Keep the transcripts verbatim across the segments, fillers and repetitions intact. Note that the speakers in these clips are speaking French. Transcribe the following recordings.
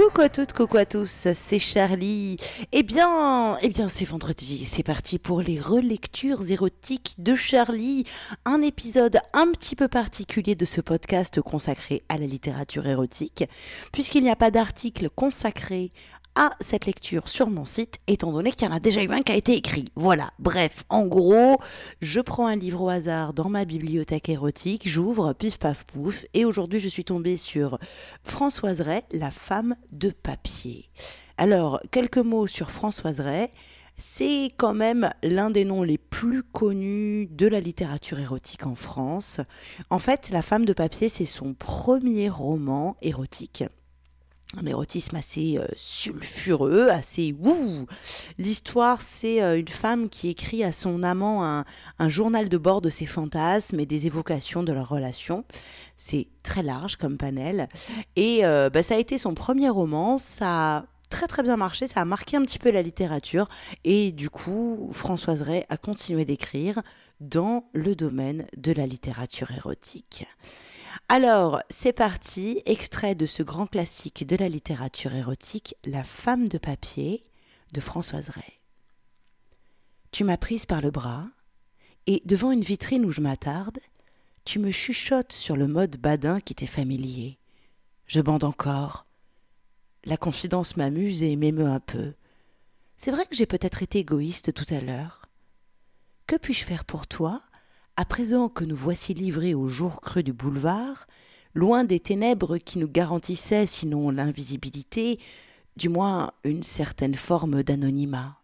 Coucou à toutes, coucou à tous, c'est Charlie. Eh bien, eh bien c'est vendredi, c'est parti pour les relectures érotiques de Charlie, un épisode un petit peu particulier de ce podcast consacré à la littérature érotique, puisqu'il n'y a pas d'article consacré à cette lecture sur mon site, étant donné qu'il y en a déjà eu un qui a été écrit. Voilà, bref, en gros, je prends un livre au hasard dans ma bibliothèque érotique, j'ouvre, pif paf pouf, et aujourd'hui je suis tombée sur Françoise Ray, la femme de papier. Alors, quelques mots sur Françoise Ray. C'est quand même l'un des noms les plus connus de la littérature érotique en France. En fait, La femme de papier, c'est son premier roman érotique. Un érotisme assez euh, sulfureux, assez wouh. L'histoire, c'est euh, une femme qui écrit à son amant un, un journal de bord de ses fantasmes et des évocations de leur relation. C'est très large comme panel. Et euh, bah, ça a été son premier roman, ça a très très bien marché, ça a marqué un petit peu la littérature. Et du coup, Françoise Ray a continué d'écrire dans le domaine de la littérature érotique. Alors, c'est parti, extrait de ce grand classique de la littérature érotique, La femme de papier, de Françoise Ray. Tu m'as prise par le bras, et devant une vitrine où je m'attarde, tu me chuchotes sur le mode badin qui t'est familier. Je bande encore. La confidence m'amuse et m'émeut un peu. C'est vrai que j'ai peut-être été égoïste tout à l'heure. Que puis-je faire pour toi ? À présent que nous voici livrés au jour creux du boulevard, loin des ténèbres qui nous garantissaient, sinon l'invisibilité, du moins une certaine forme d'anonymat.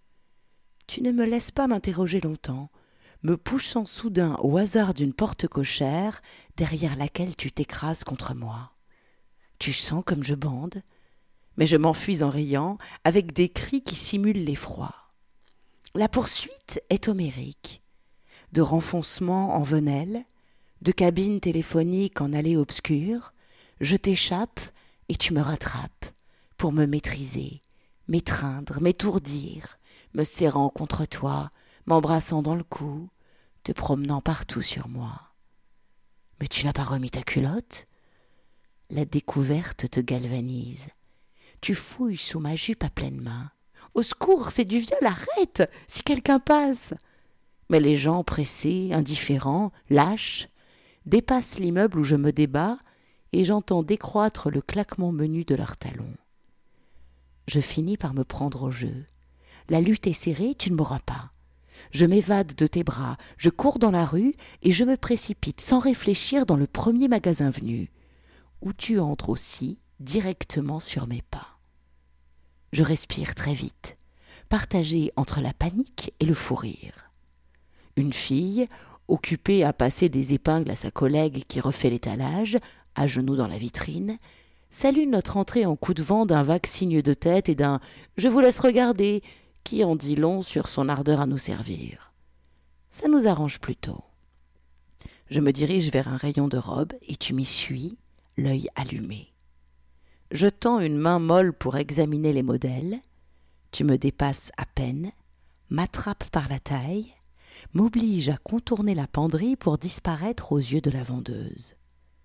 Tu ne me laisses pas m'interroger longtemps, me poussant soudain au hasard d'une porte cochère derrière laquelle tu t'écrases contre moi. Tu sens comme je bande, mais je m'enfuis en riant avec des cris qui simulent l'effroi. La poursuite est homérique. De renfoncements en venelle, de cabines téléphoniques en allées obscures, je t'échappe et tu me rattrapes pour me maîtriser, m'étreindre, m'étourdir, me serrant contre toi, m'embrassant dans le cou, te promenant partout sur moi. Mais tu n'as pas remis ta culotte ? La découverte te galvanise. Tu fouilles sous ma jupe à pleine main. Au secours, c'est du viol, arrête, si quelqu'un passe. Mais les gens pressés, indifférents, lâches, dépassent l'immeuble où je me débats et j'entends décroître le claquement menu de leurs talons. Je finis par me prendre au jeu. La lutte est serrée, tu ne m'auras pas. Je m'évade de tes bras, je cours dans la rue et je me précipite sans réfléchir dans le premier magasin venu, où tu entres aussi directement sur mes pas. Je respire très vite, partagé entre la panique et le fou rire. Une fille, occupée à passer des épingles à sa collègue qui refait l'étalage, à genoux dans la vitrine, salue notre entrée en coup de vent d'un vague signe de tête et d'un « je vous laisse regarder » qui en dit long sur son ardeur à nous servir. Ça nous arrange plutôt. Je me dirige vers un rayon de robe et tu m'y suis, l'œil allumé. Je tends une main molle pour examiner les modèles. Tu me dépasses à peine, m'attrapes par la taille, m'oblige à contourner la penderie pour disparaître aux yeux de la vendeuse.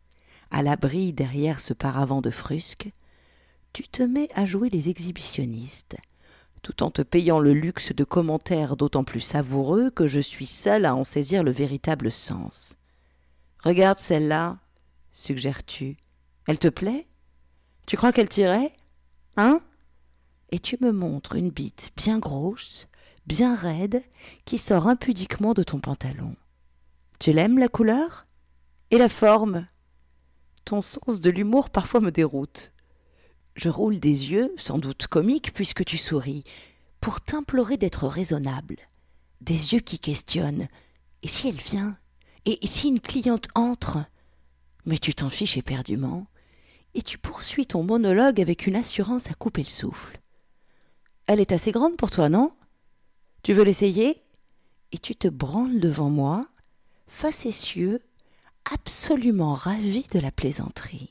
À l'abri derrière ce paravent de frusque, tu te mets à jouer les exhibitionnistes, tout en te payant le luxe de commentaires d'autant plus savoureux que je suis seule à en saisir le véritable sens. « Regarde celle-là, » suggères-tu. « Elle te plaît ? Tu crois qu'elle t'irait ? Hein ?» Et tu me montres une bite bien grosse, bien raide, qui sort impudiquement de ton pantalon. Tu l'aimes, la couleur ? Et la forme ? Ton sens de l'humour parfois me déroute. Je roule des yeux, sans doute comiques, puisque tu souris, pour t'implorer d'être raisonnable. Des yeux qui questionnent. Et si elle vient ? Et si une cliente entre ? Mais tu t'en fiches éperdument, et tu poursuis ton monologue avec une assurance à couper le souffle. Elle est assez grande pour toi, non ? Tu veux l'essayer ? Et tu te branles devant moi, facétieux, absolument ravi de la plaisanterie.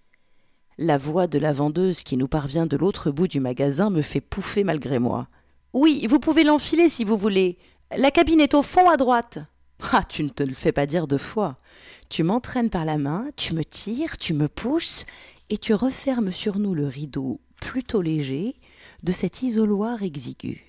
La voix de la vendeuse qui nous parvient de l'autre bout du magasin me fait pouffer malgré moi. « Oui, vous pouvez l'enfiler si vous voulez. La cabine est au fond à droite. » Ah, tu ne te le fais pas dire deux fois. Tu m'entraînes par la main, tu me tires, tu me pousses, et tu refermes sur nous le rideau plutôt léger de cet isoloir exigu.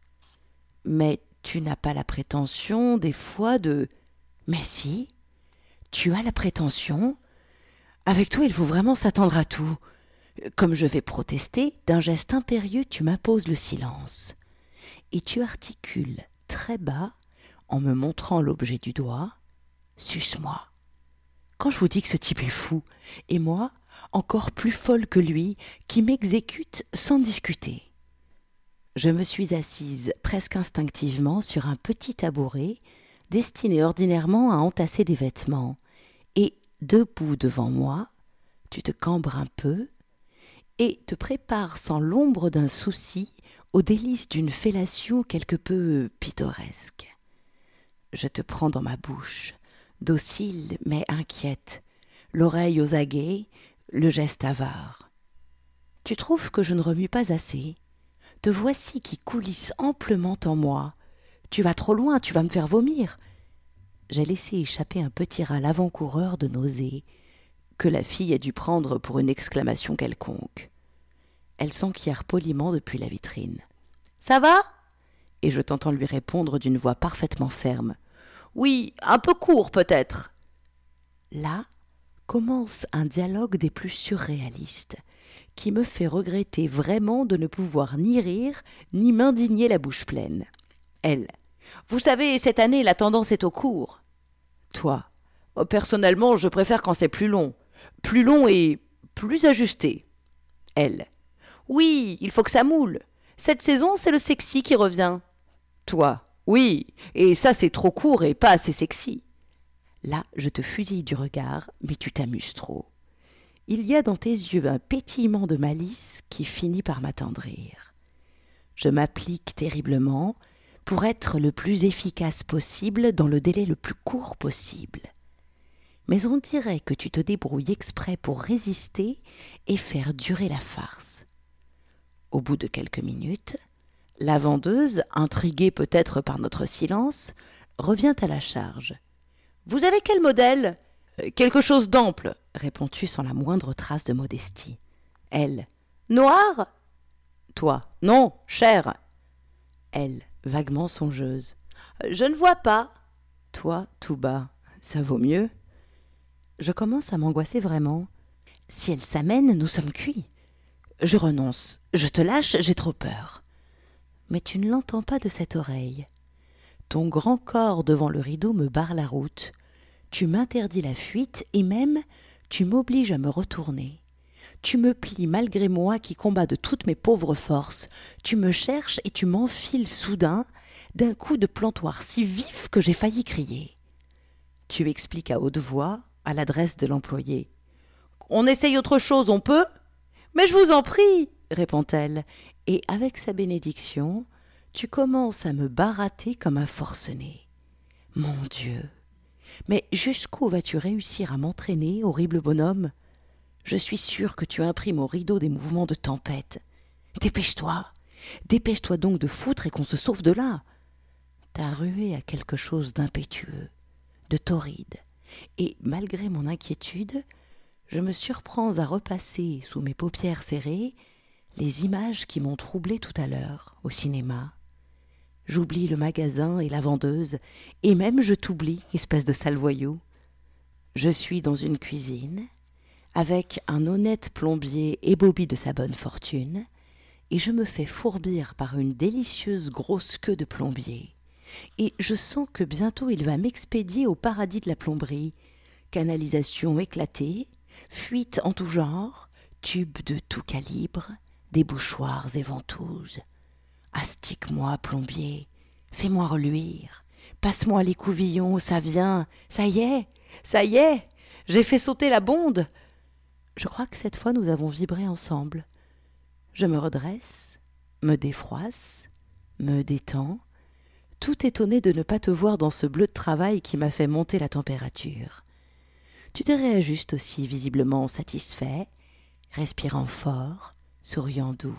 Mais tu n'as pas la prétention, des fois, de... Mais si, tu as la prétention. Avec toi, il faut vraiment s'attendre à tout. Comme je vais protester, d'un geste impérieux, tu m'imposes le silence. Et tu articules très bas, en me montrant l'objet du doigt, « Suce-moi ». Quand je vous dis que ce type est fou, et moi, encore plus folle que lui, qui m'exécute sans discuter. Je me suis assise presque instinctivement sur un petit tabouret, destiné ordinairement à entasser des vêtements, et, debout devant moi, tu te cambres un peu, et te prépares sans l'ombre d'un souci aux délices d'une fellation quelque peu pittoresque. Je te prends dans ma bouche, docile mais inquiète, l'oreille aux aguets, le geste avare. Tu trouves que je ne remue pas assez? Te voici qui coulisse amplement en moi. Tu vas trop loin, tu vas me faire vomir. J'ai laissé échapper un petit râle avant-coureur de nausée, que la fille a dû prendre pour une exclamation quelconque. Elle s'enquiert poliment depuis la vitrine. « Ça va ?» Et je t'entends lui répondre d'une voix parfaitement ferme. « Oui, un peu court peut-être. » Là commence un dialogue des plus surréalistes, qui me fait regretter vraiment de ne pouvoir ni rire, ni m'indigner la bouche pleine. Elle. « Vous savez, cette année, la tendance est au court. » Toi. « Personnellement, je préfère quand c'est plus long. Plus long et plus ajusté. » Elle. « Oui, il faut que ça moule. Cette saison, c'est le sexy qui revient. » Toi. « Oui, et ça c'est trop court et pas assez sexy. » Là, je te fusille du regard, mais tu t'amuses trop. Il y a dans tes yeux un pétillement de malice qui finit par m'attendrir. Je m'applique terriblement pour être le plus efficace possible dans le délai le plus court possible. Mais on dirait que tu te débrouilles exprès pour résister et faire durer la farce. Au bout de quelques minutes, la vendeuse, intriguée peut-être par notre silence, revient à la charge. « Vous avez quel modèle ?»« Quelque chose d'ample, » réponds-tu sans la moindre trace de modestie. Elle. « Noir ?» Toi. « Non, cher. » Elle, vaguement songeuse. « Je ne vois pas. » Toi, tout bas. « Ça vaut mieux. » Je commence à m'angoisser vraiment. Si elle s'amène, nous sommes cuits. Je renonce. Je te lâche, j'ai trop peur. Mais tu ne l'entends pas de cette oreille. Ton grand corps devant le rideau me barre la route. Tu m'interdis la fuite et même tu m'obliges à me retourner. Tu me plies malgré moi qui combats de toutes mes pauvres forces. Tu me cherches et tu m'enfiles soudain d'un coup de plantoir si vif que j'ai failli crier. Tu expliques à haute voix, à l'adresse de l'employé. « On essaye autre chose, on peut ?»« Mais je vous en prie !» répond-elle. Et avec sa bénédiction, tu commences à me barater comme un forcené. Mon Dieu! Mais jusqu'où vas-tu réussir à m'entraîner, horrible bonhomme? Je suis sûre que tu imprimes au rideau des mouvements de tempête. Dépêche-toi! Dépêche-toi donc de foutre et qu'on se sauve de là! Ta ruée a quelque chose d'impétueux, de torride, et malgré mon inquiétude, je me surprends à repasser sous mes paupières serrées les images qui m'ont troublée tout à l'heure au cinéma. J'oublie le magasin et la vendeuse, et même je t'oublie, espèce de sale voyou. Je suis dans une cuisine, avec un honnête plombier ébaubi de sa bonne fortune, et je me fais fourbir par une délicieuse grosse queue de plombier. Et je sens que bientôt il va m'expédier au paradis de la plomberie, canalisation éclatée, fuite en tout genre, tubes de tout calibre, débouchoirs et ventouses. Astique-moi, plombier, fais-moi reluire, passe-moi les couvillons, ça vient, ça y est, ça y est, j'ai fait sauter la bonde. Je crois que cette fois nous avons vibré ensemble. Je me redresse, me défroisse, me détends, tout étonné de ne pas te voir dans ce bleu de travail qui m'a fait monter la température. Tu te réajustes aussi visiblement satisfait, respirant fort, souriant doux.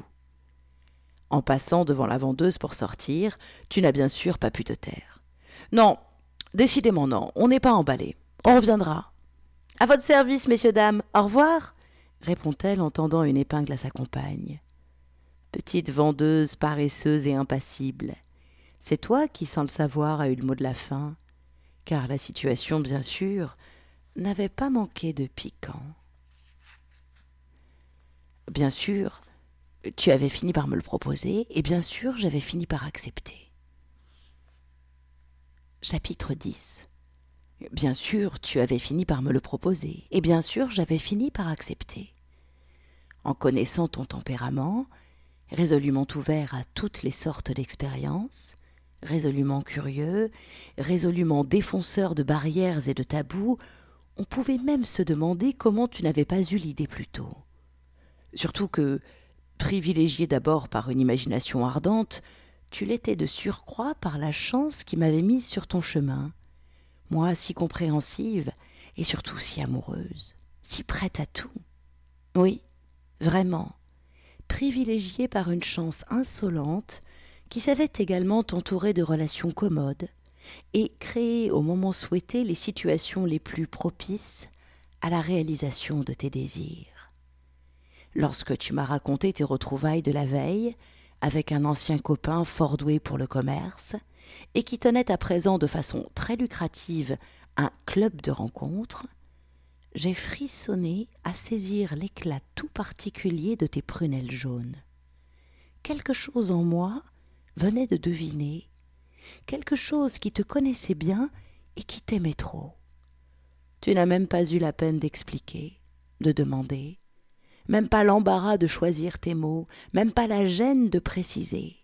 En passant devant la vendeuse pour sortir, tu n'as bien sûr pas pu te taire. Non, décidément non, on n'est pas emballé. On reviendra. À votre service, messieurs, dames. Au revoir, répond-elle en tendant une épingle à sa compagne. Petite vendeuse paresseuse et impassible, c'est toi qui, sans le savoir, as eu le mot de la fin, car la situation, bien sûr, n'avait pas manqué de piquant. Bien sûr, tu avais fini par me le proposer, et bien sûr, j'avais fini par accepter. Chapitre dix. Bien sûr, tu avais fini par me le proposer, et bien sûr, j'avais fini par accepter. En connaissant ton tempérament, résolument ouvert à toutes les sortes d'expériences, résolument curieux, résolument défenseur de barrières et de tabous, on pouvait même se demander comment tu n'avais pas eu l'idée plus tôt. Surtout que, privilégié d'abord par une imagination ardente, tu l'étais de surcroît par la chance qui m'avait mise sur ton chemin, moi si compréhensive et surtout si amoureuse, si prête à tout. Oui, vraiment, privilégiée par une chance insolente qui savait également t'entourer de relations commodes et créer au moment souhaité les situations les plus propices à la réalisation de tes désirs. Lorsque tu m'as raconté tes retrouvailles de la veille avec un ancien copain fort doué pour le commerce et qui tenait à présent de façon très lucrative un club de rencontres, j'ai frissonné à saisir l'éclat tout particulier de tes prunelles jaunes. Quelque chose en moi venait de deviner, quelque chose qui te connaissait bien et qui t'aimait trop. Tu n'as même pas eu la peine d'expliquer, de demander, même pas l'embarras de choisir tes mots, même pas la gêne de préciser.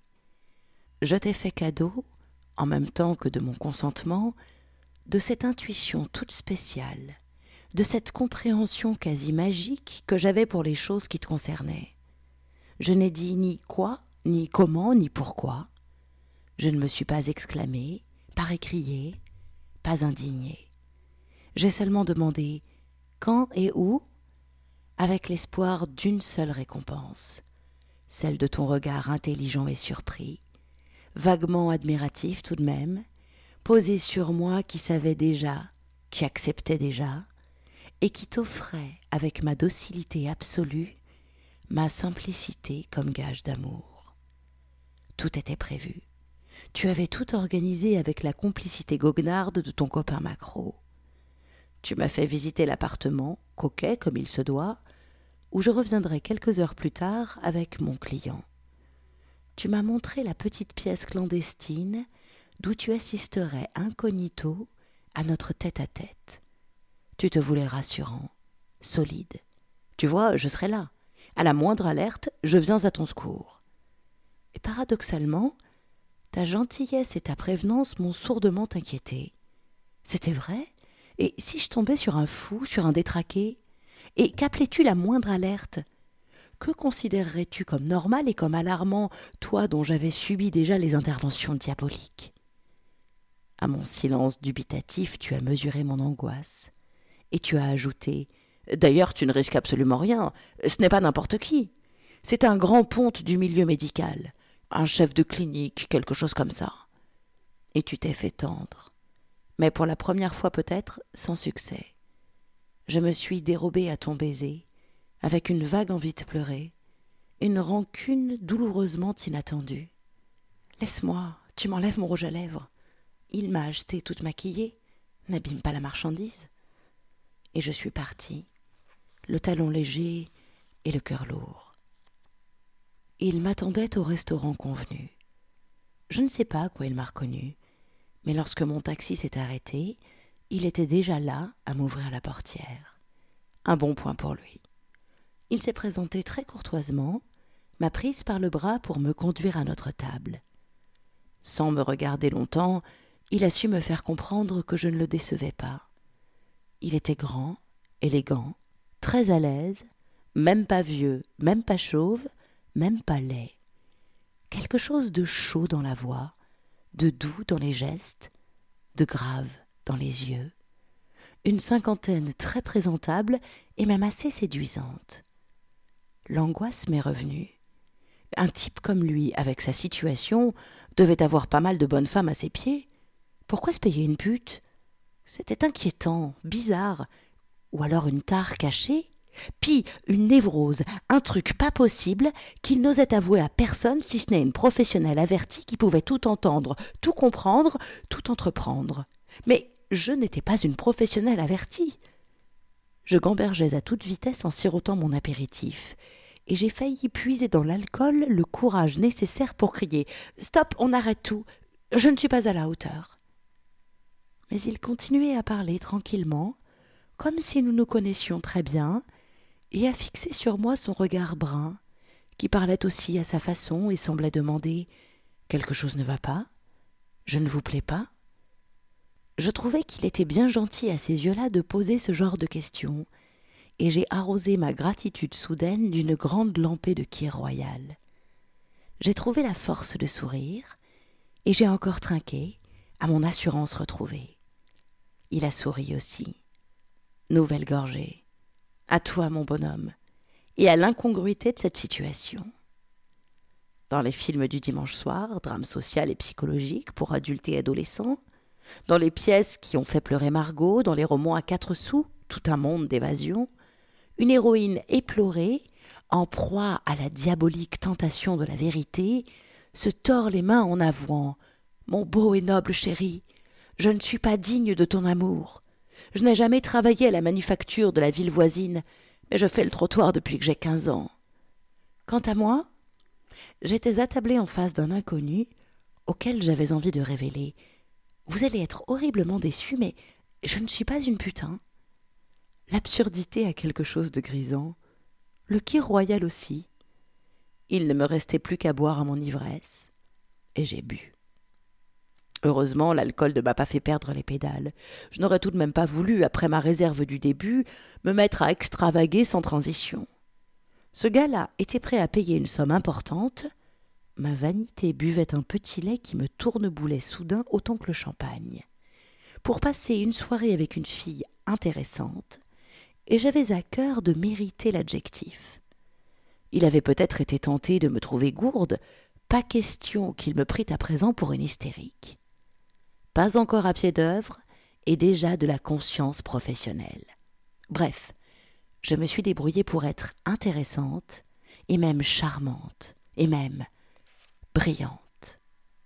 Je t'ai fait cadeau, en même temps que de mon consentement, de cette intuition toute spéciale, de cette compréhension quasi magique que j'avais pour les choses qui te concernaient. Je n'ai dit ni quoi, ni comment, ni pourquoi. Je ne me suis pas exclamée, pas écriée, pas indignée. J'ai seulement demandé quand et où, avec l'espoir d'une seule récompense, celle de ton regard intelligent et surpris, vaguement admiratif tout de même, posé sur moi qui savait déjà, qui acceptait déjà, et qui t'offrait, avec ma docilité absolue, ma simplicité comme gage d'amour. Tout était prévu. Tu avais tout organisé avec la complicité goguenarde de ton copain Macro. Tu m'as fait visiter l'appartement, coquet comme il se doit, où je reviendrai quelques heures plus tard avec mon client. Tu m'as montré la petite pièce clandestine d'où tu assisterais incognito à notre tête-à-tête. Tu te voulais rassurant, solide. Tu vois, je serai là. À la moindre alerte, je viens à ton secours. Et paradoxalement, ta gentillesse et ta prévenance m'ont sourdement inquiété. C'était vrai ? Et si je tombais sur un fou, sur un détraqué ? Et qu'appelais-tu la moindre alerte ? Que considérerais-tu comme normal et comme alarmant, toi dont j'avais subi déjà les interventions diaboliques ? À mon silence dubitatif, tu as mesuré mon angoisse. Et tu as ajouté « D'ailleurs, tu ne risques absolument rien. Ce n'est pas n'importe qui. C'est un grand ponte du milieu médical. Un chef de clinique, quelque chose comme ça. » Et tu t'es fait tendre. Mais pour la première fois peut-être, sans succès. Je me suis dérobée à ton baiser, avec une vague envie de pleurer, une rancune douloureusement inattendue. « Laisse-moi, tu m'enlèves mon rouge à lèvres. Il m'a acheté toute maquillée. N'abîme pas la marchandise. » Et je suis partie, le talon léger et le cœur lourd. Il m'attendait au restaurant convenu. Je ne sais pas à quoi il m'a reconnu, mais lorsque mon taxi s'est arrêté, il était déjà là à m'ouvrir la portière. Un bon point pour lui. Il s'est présenté très courtoisement, m'a prise par le bras pour me conduire à notre table. Sans me regarder longtemps, il a su me faire comprendre que je ne le décevais pas. Il était grand, élégant, très à l'aise, même pas vieux, même pas chauve, même pas laid. Quelque chose de chaud dans la voix, de doux dans les gestes, de grave dans les yeux. Une cinquantaine très présentable et même assez séduisante. L'angoisse m'est revenue. Un type comme lui, avec sa situation, devait avoir pas mal de bonnes femmes à ses pieds. Pourquoi se payer une pute ? C'était inquiétant, bizarre. Ou alors une tare cachée ? Puis une névrose, un truc pas possible qu'il n'osait avouer à personne si ce n'est une professionnelle avertie qui pouvait tout entendre, tout comprendre, tout entreprendre. Mais je n'étais pas une professionnelle avertie. Je gambergeais à toute vitesse en sirotant mon apéritif, et j'ai failli puiser dans l'alcool le courage nécessaire pour crier « Stop, on arrête tout, je ne suis pas à la hauteur !» Mais il continuait à parler tranquillement, comme si nous nous connaissions très bien, et à fixer sur moi son regard brun, qui parlait aussi à sa façon et semblait demander « Quelque chose ne va pas ? Je ne vous plais pas ?» Je trouvais qu'il était bien gentil à ces yeux-là de poser ce genre de questions, et j'ai arrosé ma gratitude soudaine d'une grande lampée de Kir Royal. J'ai trouvé la force de sourire, et j'ai encore trinqué, à mon assurance retrouvée. Il a souri aussi. Nouvelle gorgée. À toi, mon bonhomme, et à l'incongruité de cette situation. Dans les films du dimanche soir, drame social et psychologique pour adultes et adolescents, dans les pièces qui ont fait pleurer Margot, dans les romans à quatre sous, tout un monde d'évasion, une héroïne éplorée, en proie à la diabolique tentation de la vérité, se tord les mains en avouant « Mon beau et noble chéri, je ne suis pas digne de ton amour. Je n'ai jamais travaillé à la manufacture de la ville voisine, mais je fais le trottoir depuis que j'ai quinze ans. Quant à moi, j'étais attablée en face d'un inconnu auquel j'avais envie de révéler « Vous allez être horriblement déçus, mais je ne suis pas une putain. » L'absurdité a quelque chose de grisant, le Kir Royal aussi. Il ne me restait plus qu'à boire à mon ivresse, et j'ai bu. Heureusement, l'alcool ne m'a pas fait perdre les pédales. Je n'aurais tout de même pas voulu, après ma réserve du début, me mettre à extravaguer sans transition. Ce gars-là était prêt à payer une somme importante. Ma vanité buvait un petit lait qui me tourneboulait soudain autant que le champagne. Pour passer une soirée avec une fille intéressante, et j'avais à cœur de mériter l'adjectif. Il avait peut-être été tenté de me trouver gourde, pas question qu'il me prît à présent pour une hystérique. Pas encore à pied d'œuvre, et déjà de la conscience professionnelle. Bref, je me suis débrouillée pour être intéressante, et même charmante, et même brillante.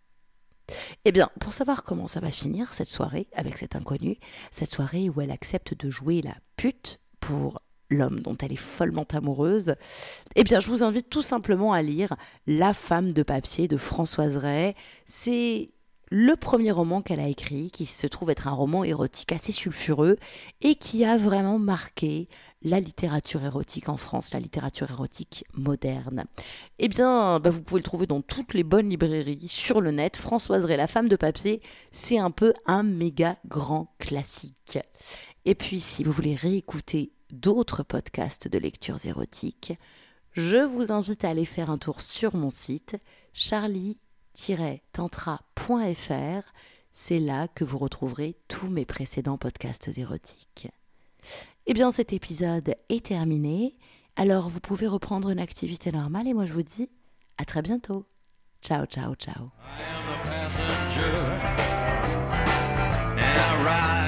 Eh bien, pour savoir comment ça va finir, cette soirée, avec cet inconnu, cette soirée où elle accepte de jouer la pute pour l'homme dont elle est follement amoureuse, eh bien, je vous invite tout simplement à lire La femme de papier de Françoise Ray. C'est le premier roman qu'elle a écrit, qui se trouve être un roman érotique assez sulfureux et qui a vraiment marqué la littérature érotique en France, la littérature érotique moderne. Eh bien, bah vous pouvez le trouver dans toutes les bonnes librairies, sur le net. Françoise Ray, La femme de papier, c'est un peu un méga grand classique. Et puis, si vous voulez réécouter d'autres podcasts de lectures érotiques, je vous invite à aller faire un tour sur mon site charlie tiret tantra point f r. C'est là que vous retrouverez tous mes précédents podcasts érotiques. Eh bien, cet épisode est terminé. Alors, vous pouvez reprendre une activité normale et moi, je vous dis à très bientôt. Ciao, ciao, ciao. I am a passenger, and I ride